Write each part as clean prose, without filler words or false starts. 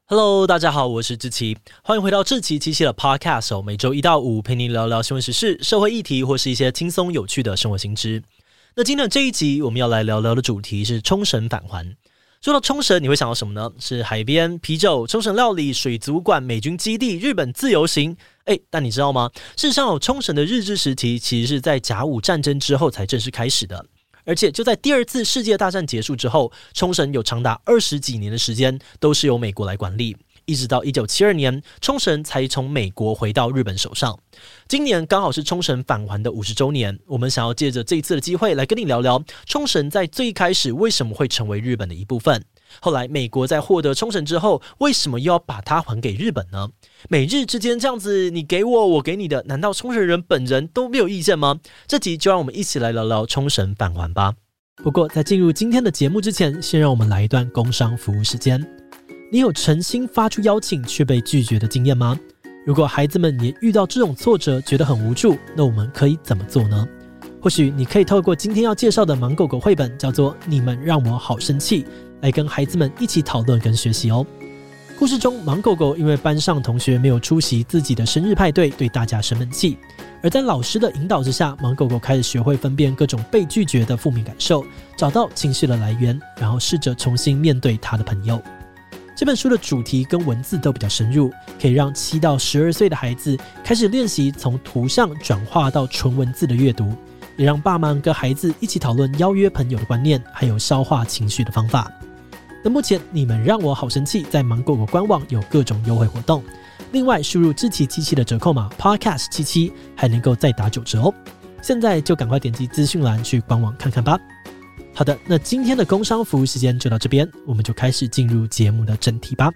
Hello， 大家好，我是志祺，欢迎回到志祺七七的 Podcast 每周1到5陪您聊聊新闻时事、社会议题或是一些轻松有趣的生活新知。那今天的这一集我们要来聊聊的主题是冲绳返还。说到冲绳，你会想到什么呢？是海边、啤酒、冲绳料理、水族馆、美军基地、日本自由行。但你知道吗？事实上，冲绳的日治时期其实是在甲午战争之后才正式开始的。而且就在第二次世界大战结束之后，冲绳有长达20几年的时间都是由美国来管理，一直到1972年，冲绳才从美国回到日本手上。今年刚好是冲绳返还的50周年，我们想要借着这一次的机会来跟你聊聊冲绳在最开始为什么会成为日本的一部分。后来美国在获得冲绳之后，为什么又要把它还给日本呢？美日之间这样子你给我我给你的，难道冲绳人本人都没有意见吗？这集就让我们一起来聊聊冲绳返还吧。不过在进入今天的节目之前，先让我们来一段工商服务时间。你有诚心发出邀请却被拒绝的经验吗？如果孩子们也遇到这种挫折觉得很无助，那我们可以怎么做呢？或许你可以透过今天要介绍的盲狗狗绘本，叫做你们让我好生气，来跟孩子们一起讨论跟学习哦。故事中，盲狗狗因为班上同学没有出席自己的生日派对，对大家生闷气。而在老师的引导之下，盲狗狗开始学会分辨各种被拒绝的负面感受，找到情绪的来源，然后试着重新面对他的朋友。这本书的主题跟文字都比较深入，可以让7到12岁的孩子开始练习从图像转化到纯文字的阅读，也让爸妈跟孩子一起讨论邀约朋友的观念，还有消化情绪的方法。那目前你们让我好生气在盲狗狗官网有各种优惠活动，另外输入志祺77的折扣码 podcast77 还能够再打9折哦。现在就赶快点击资讯栏去官网看看吧。好的，那今天的工商服务时间就到这边，我们就开始进入节目的正题吧。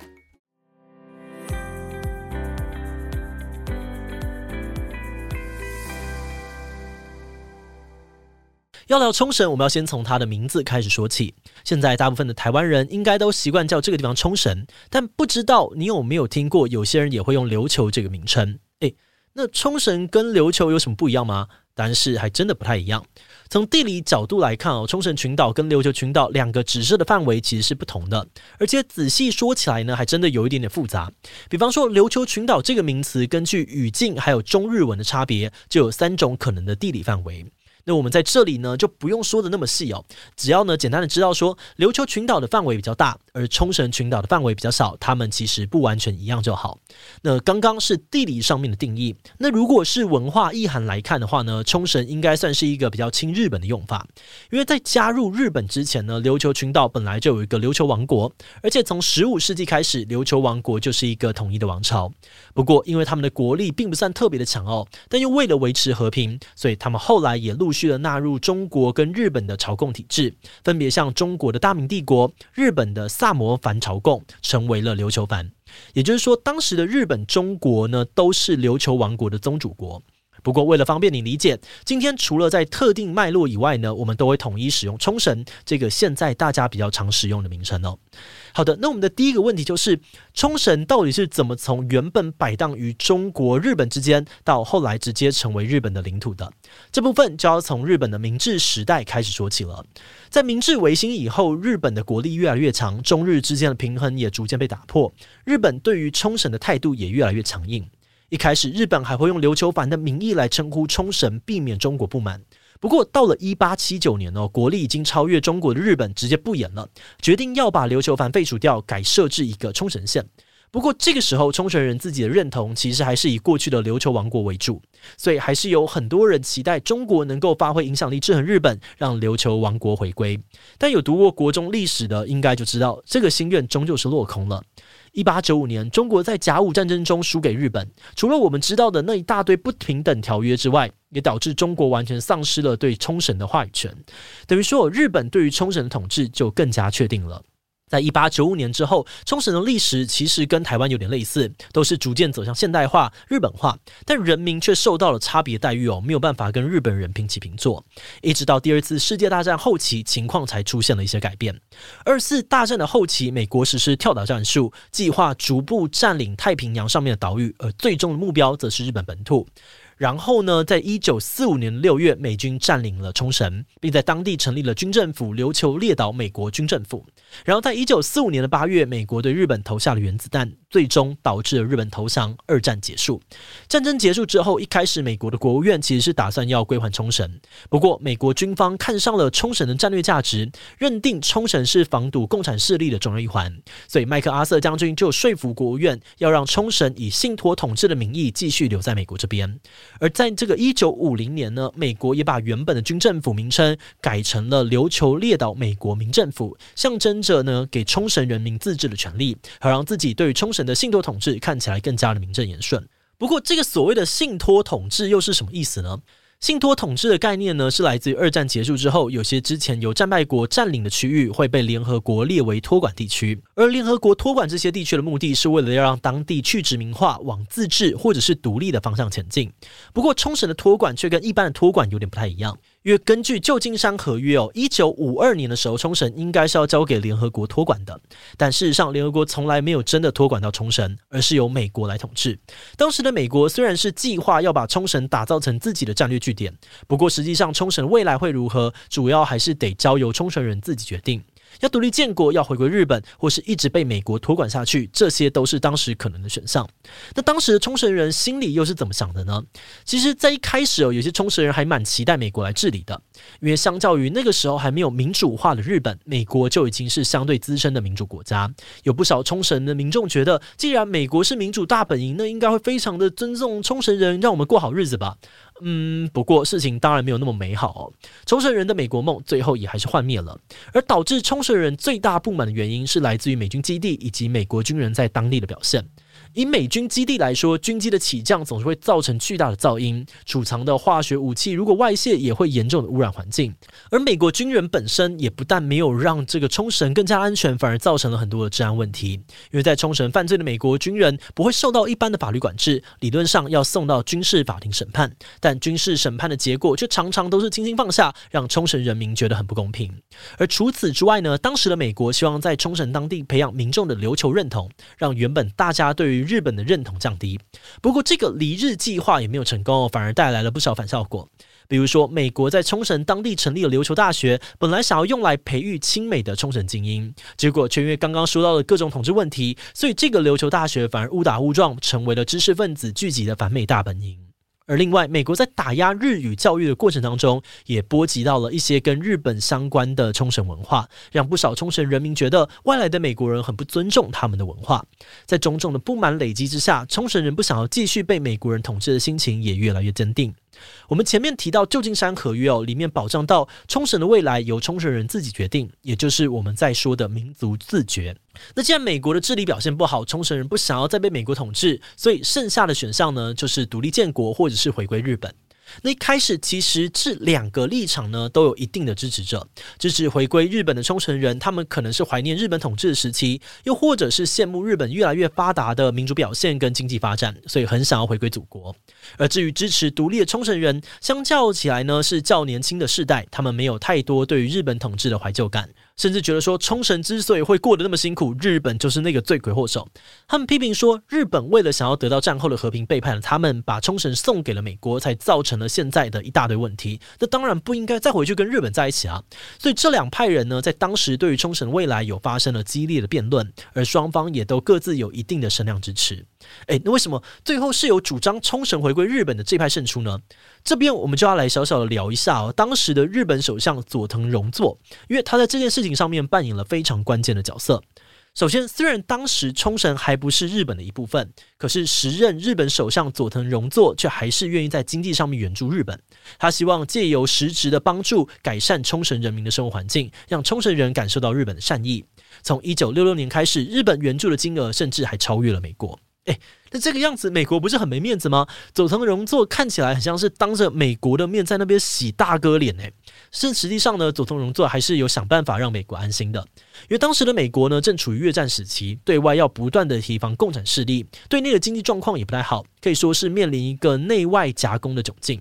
要聊冲绳，我们要先从它的名字开始说起。现在大部分的台湾人应该都习惯叫这个地方冲绳，但不知道你有没有听过有些人也会用琉球这个名称。那冲绳跟琉球有什么不一样吗？答案是还真的不太一样。从地理角度来看冲绳群岛跟琉球群岛两个直射的范围其实是不同的，而且仔细说起来呢，还真的有一点点复杂。比方说琉球群岛这个名词，根据语境还有中日文的差别，就有3种可能的地理范围。那我们在这里呢就不用说的那么细只要呢简单的知道说琉球群岛的范围比较大，而冲绳群岛的范围比较小，它们其实不完全一样就好。那刚刚是地理上面的定义，那如果是文化意涵来看的话呢，冲绳应该算是一个比较亲日本的用法，因为在加入日本之前呢，琉球群岛本来就有一个琉球王国，而且从15世纪开始，琉球王国就是一个统一的王朝。不过因为他们的国力并不算特别的强但又为了维持和平，所以他们后来也陆续的纳入中国跟日本的朝贡体制，分别像中国的大明帝国、日本的萨摩藩朝贡，成为了琉球藩。也就是说，当时的日本、中国呢，都是琉球王国的宗主国。不过为了方便你理解，今天除了在特定脉络以外呢，我们都会统一使用冲绳这个现在大家比较常使用的名称好的，那我们的第一个问题就是，冲绳到底是怎么从原本摆荡于中国、日本之间，到后来直接成为日本的领土的？这部分就要从日本的明治时代开始说起了。在明治维新以后，日本的国力越来越强，中日之间的平衡也逐渐被打破，日本对于冲绳的态度也越来越强硬。一开始日本还会用琉球藩的名义来称呼冲绳，避免中国不满。不过到了1879年国力已经超越中国的日本直接不演了，决定要把琉球藩废除掉，改设置一个冲绳县。不过这个时候冲绳人自己的认同其实还是以过去的琉球王国为主，所以还是有很多人期待中国能够发挥影响力制衡日本，让琉球王国回归。但有读过国中历史的应该就知道，这个心愿终究是落空了。1895年，中国在甲午战争中输给日本，除了我们知道的那一大堆不平等条约之外，也导致中国完全丧失了对冲绳的话语权。等于说，日本对于冲绳的统治就更加确定了。在1895年之后，冲绳的历史其实跟台湾有点类似，都是逐渐走向现代化、日本化，但人民却受到了差别待遇没有办法跟日本人平起平坐。一直到第2次世界大战后期，情况才出现了一些改变。2次大战的后期，美国实施跳岛战术，计划逐步占领太平洋上面的岛屿，而最终的目标则是日本本土。然后呢，在1945年6月，美军占领了冲绳，并在当地成立了军政府琉球列岛美国军政府。 然后在1945年的8月，美国对日本投下了原子弹，最终导致了日本投降，二战结束。战争结束之后，一开始美国的国务院其实是打算要归还冲绳，不过美国军方看上了冲绳的战略价值，认定冲绳是防堵共产势力的重要一环，所以麦克阿瑟将军就说服国务院要让冲绳以信托统治的名义继续留在美国这边。而在这个1950年呢，美国也把原本的军政府名称改成了琉球列岛美国民政府，象征着呢给冲绳人民自治的权利，好让自己对于冲绳的信托统治看起来更加的名正言顺。不过这个所谓的信托统治又是什么意思呢？信托统治的概念呢，是来自于二战结束之后，有些之前由战败国占领的区域会被联合国列为托管地区，而联合国托管这些地区的目的是为了要让当地去殖民化，往自治或者是独立的方向前进。不过冲绳的托管却跟一般的托管有点不太一样，因为根据旧金山合约1952年的时候，冲绳应该是要交给联合国托管的，但事实上联合国从来没有真的托管到冲绳，而是由美国来统治。当时的美国虽然是计划要把冲绳打造成自己的战略据点，不过实际上冲绳未来会如何，主要还是得交由冲绳人自己决定。要独立建国，要回归日本，或是一直被美国托管下去，这些都是当时可能的选项。那当时的冲绳人心里又是怎么想的呢？其实在一开始有些冲绳人还蛮期待美国来治理的，因为相较于那个时候还没有民主化的日本，美国就已经是相对资深的民主国家。有不少冲绳的民众觉得，既然美国是民主大本营，那应该会非常的尊重冲绳人，让我们过好日子吧。不过事情当然没有那么美好冲绳人的美国梦最后也还是幻灭了，而导致冲绳人最大不满的原因是来自于美军基地以及美国军人在当地的表现。以美军基地来说，军机的起降总是会造成巨大的噪音，储藏的化学武器如果外泄也会严重的污染环境。而美国军人本身也不但没有让这个冲绳更加安全，反而造成了很多的治安问题。因为在冲绳犯罪的美国军人不会受到一般的法律管制，理论上要送到军事法庭审判，但军事审判的结果却常常都是轻轻放下，让冲绳人民觉得很不公平。而除此之外呢，当时的美国希望在冲绳当地培养民众的琉球认同，让原本大家对于日本的认同降低。不过这个离日计划也没有成功，反而带来了不少反效果。比如说美国在冲绳当地成立了琉球大学，本来想要用来培育亲美的冲绳精英，结果却因为刚刚说到的各种统治问题，所以这个琉球大学反而误打误撞成为了知识分子聚集的反美大本营。而另外，美国在打压日语教育的过程当中，也波及到了一些跟日本相关的冲绳文化，让不少冲绳人民觉得外来的美国人很不尊重他们的文化。在种种的不满累积之下，冲绳人不想要继续被美国人统治的心情也越来越坚定。我们前面提到旧金山合约里面保障到冲绳的未来由冲绳人自己决定，也就是我们在说的民族自决。那既然美国的治理表现不好，冲绳人不想要再被美国统治，所以剩下的选项呢，就是独立建国或者是回归日本。那一开始其实这两个立场呢都有一定的支持者，支持回归日本的冲绳人，他们可能是怀念日本统治的时期，又或者是羡慕日本越来越发达的民主表现跟经济发展，所以很想要回归祖国。而至于支持独立的冲绳人，相较起来呢是较年轻的世代，他们没有太多对于日本统治的怀旧感，甚至觉得说冲绳之所以会过得那么辛苦，日本就是那个罪魁祸首。他们批评说，日本为了想要得到战后的和平，背叛了他们，把冲绳送给了美国，才造成了现在的一大堆问题。那当然不应该再回去跟日本在一起啊！所以这两派人呢，在当时对于冲绳未来有发生了激烈的辩论，而双方也都各自有一定的声量支持。那为什么最后是有主张冲绳回归日本的这派胜出呢？这边我们就要来小小的聊一下当时的日本首相佐藤荣作，因为他在这件事情上面扮演了非常关键的角色。首先，虽然当时冲绳还不是日本的一部分，可是时任日本首相佐藤荣作却还是愿意在经济上面援助日本。他希望借由实质的帮助改善冲绳人民的生活环境，让冲绳人感受到日本的善意。从1966年开始，日本援助的金额甚至还超越了美国。那这个样子美国不是很没面子吗？佐藤荣作看起来很像是当着美国的面在那边洗大哥脸实际上呢，佐藤荣作还是有想办法让美国安心的。因为当时的美国呢正处于越战时期，对外要不断的提防共产势力，对内的经济状况也不太好，可以说是面临一个内外夹攻的窘境。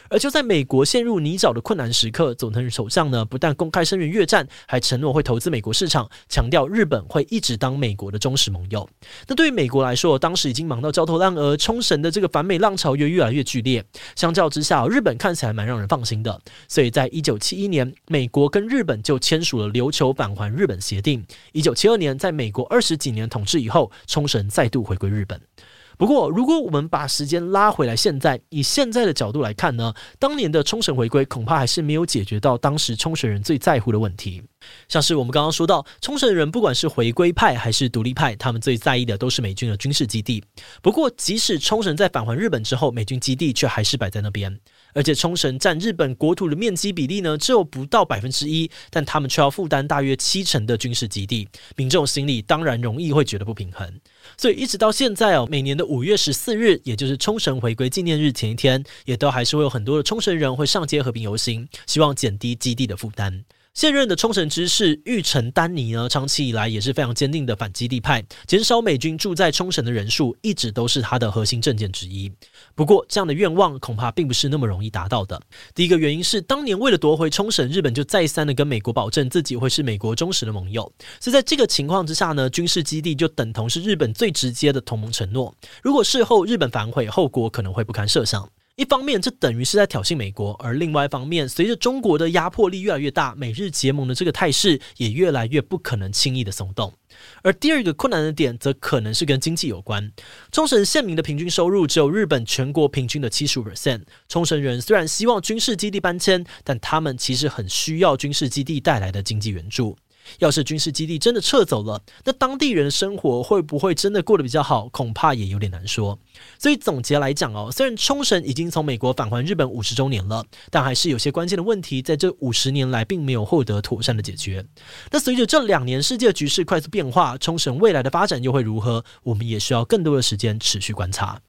而就在美国陷入泥沼的困难时刻，佐藤首相呢不但公开声援越战，还承诺会投资美国市场，强调日本会一直当美国的忠实盟友。那对于美国来说，当时已经忙到焦头烂额，冲绳的这个反美浪潮越来越剧烈。相较之下，日本看起来蛮让人放心的。所以在1971年，美国跟日本就签署了琉球返还日本协定。1972年，在美国20几年统治以后，冲绳再度回归日本。不过，如果我们把时间拉回来，以现在的角度来看呢，当年的冲绳回归恐怕还是没有解决到当时冲绳人最在乎的问题。像是我们刚刚说到，冲绳人不管是回归派还是独立派，他们最在意的都是美军的军事基地。不过，即使冲绳在返还日本之后，美军基地却还是摆在那边。而且冲绳占日本国土的面积比例呢，只有不到 1%， 但他们却要负担大约70%的军事基地，民众心里当然容易会觉得不平衡。所以一直到现在每年的5月14日，也就是冲绳回归纪念日前一天，也都还是会有很多的冲绳人会上街和平游行，希望减低基地的负担。现任的冲绳知事玉城丹尼呢，长期以来也是非常坚定的反基地派，减少美军驻在冲绳的人数一直都是他的核心政见之一。不过，这样的愿望恐怕并不是那么容易达到的。第一个原因是，当年为了夺回冲绳，日本就再三的跟美国保证自己会是美国忠实的盟友。所以在这个情况之下呢，军事基地就等同是日本最直接的同盟承诺。如果事后日本反悔，后果可能会不堪设想。一方面，这等于是在挑衅美国；而另外一方面，随着中国的压迫力越来越大，美日结盟的这个态势也越来越不可能轻易的松动。而第二个困难的点，则可能是跟经济有关。冲绳县民的平均收入只有日本全国平均的 75%。冲绳人虽然希望军事基地搬迁，但他们其实很需要军事基地带来的经济援助。要是军事基地真的撤走了，那当地人的生活会不会真的过得比较好，恐怕也有点难说。所以总结来讲虽然冲绳已经从美国返还日本50周年了，但还是有些关键的问题在这50年来并没有获得妥善的解决。那随着这2年世界局势快速变化，冲绳未来的发展又会如何，我们也需要更多的时间持续观察。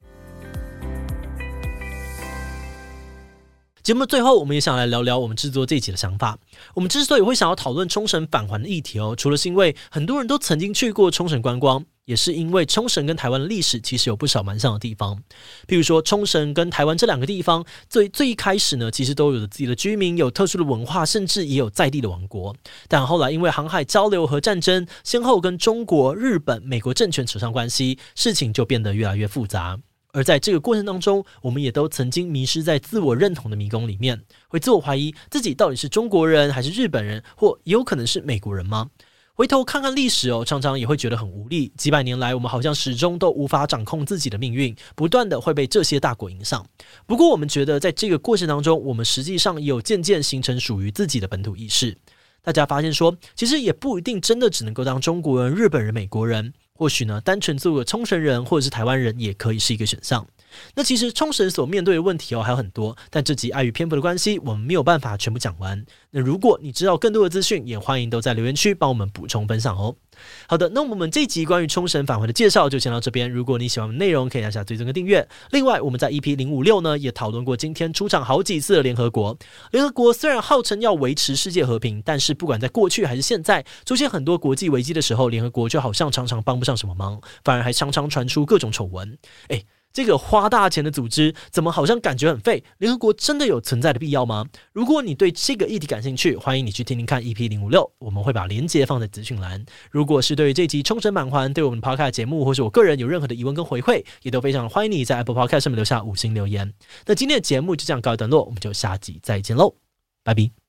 节目最后，我们也想来聊聊我们制作这一集的想法。我们之所以会想要讨论冲绳返还的议题除了是因为很多人都曾经去过冲绳观光，也是因为冲绳跟台湾的历史其实有不少蛮像的地方。譬如说，冲绳跟台湾这2个地方最一开始呢，其实都有着自己的居民，有特殊的文化，甚至也有在地的王国。但后来因为航海交流和战争，先后跟中国、日本、美国政权扯上关系，事情就变得越来越复杂。而在这个过程当中，我们也都曾经迷失在自我认同的迷宫里面，会自我怀疑自己到底是中国人还是日本人，或也有可能是美国人吗？回头看看历史常常也会觉得很无力。几百年来，我们好像始终都无法掌控自己的命运，不断的会被这些大国影响。不过我们觉得在这个过程当中，我们实际上也有渐渐形成属于自己的本土意识。大家发现说，其实也不一定真的只能够当中国人、日本人、美国人，或许呢，单纯做个冲绳人或者是台湾人也可以是一个选项。那其实冲绳所面对的问题还有很多，但这集碍于篇幅的关系，我们没有办法全部讲完。那如果你知道更多的资讯，也欢迎都在留言区帮我们补充分享好的，那我们这一集关于冲绳返还的介绍就先到这边。如果你喜欢我们内容，可以按下追踪跟订阅。另外，我们在 EP056 呢也讨论过今天出场好几次的联合国。联合国虽然号称要维持世界和平，但是不管在过去还是现在，出现很多国际危机的时候，联合国就好像常常帮不上什么忙，反而还常常传出各种丑闻。这个花大钱的组织怎么好像感觉很废？联合国真的有存在的必要吗？如果你对这个议题感兴趣，欢迎你去听听看 EP056， 我们会把连结放在资讯栏。如果是对于这集冲绳返还，对我们的 Podcast 节目或是我个人有任何的疑问跟回馈，也都非常欢迎你在 Apple Podcast 上面留下5星留言。那今天的节目就这样告一段落，我们就下集再见喽，拜拜。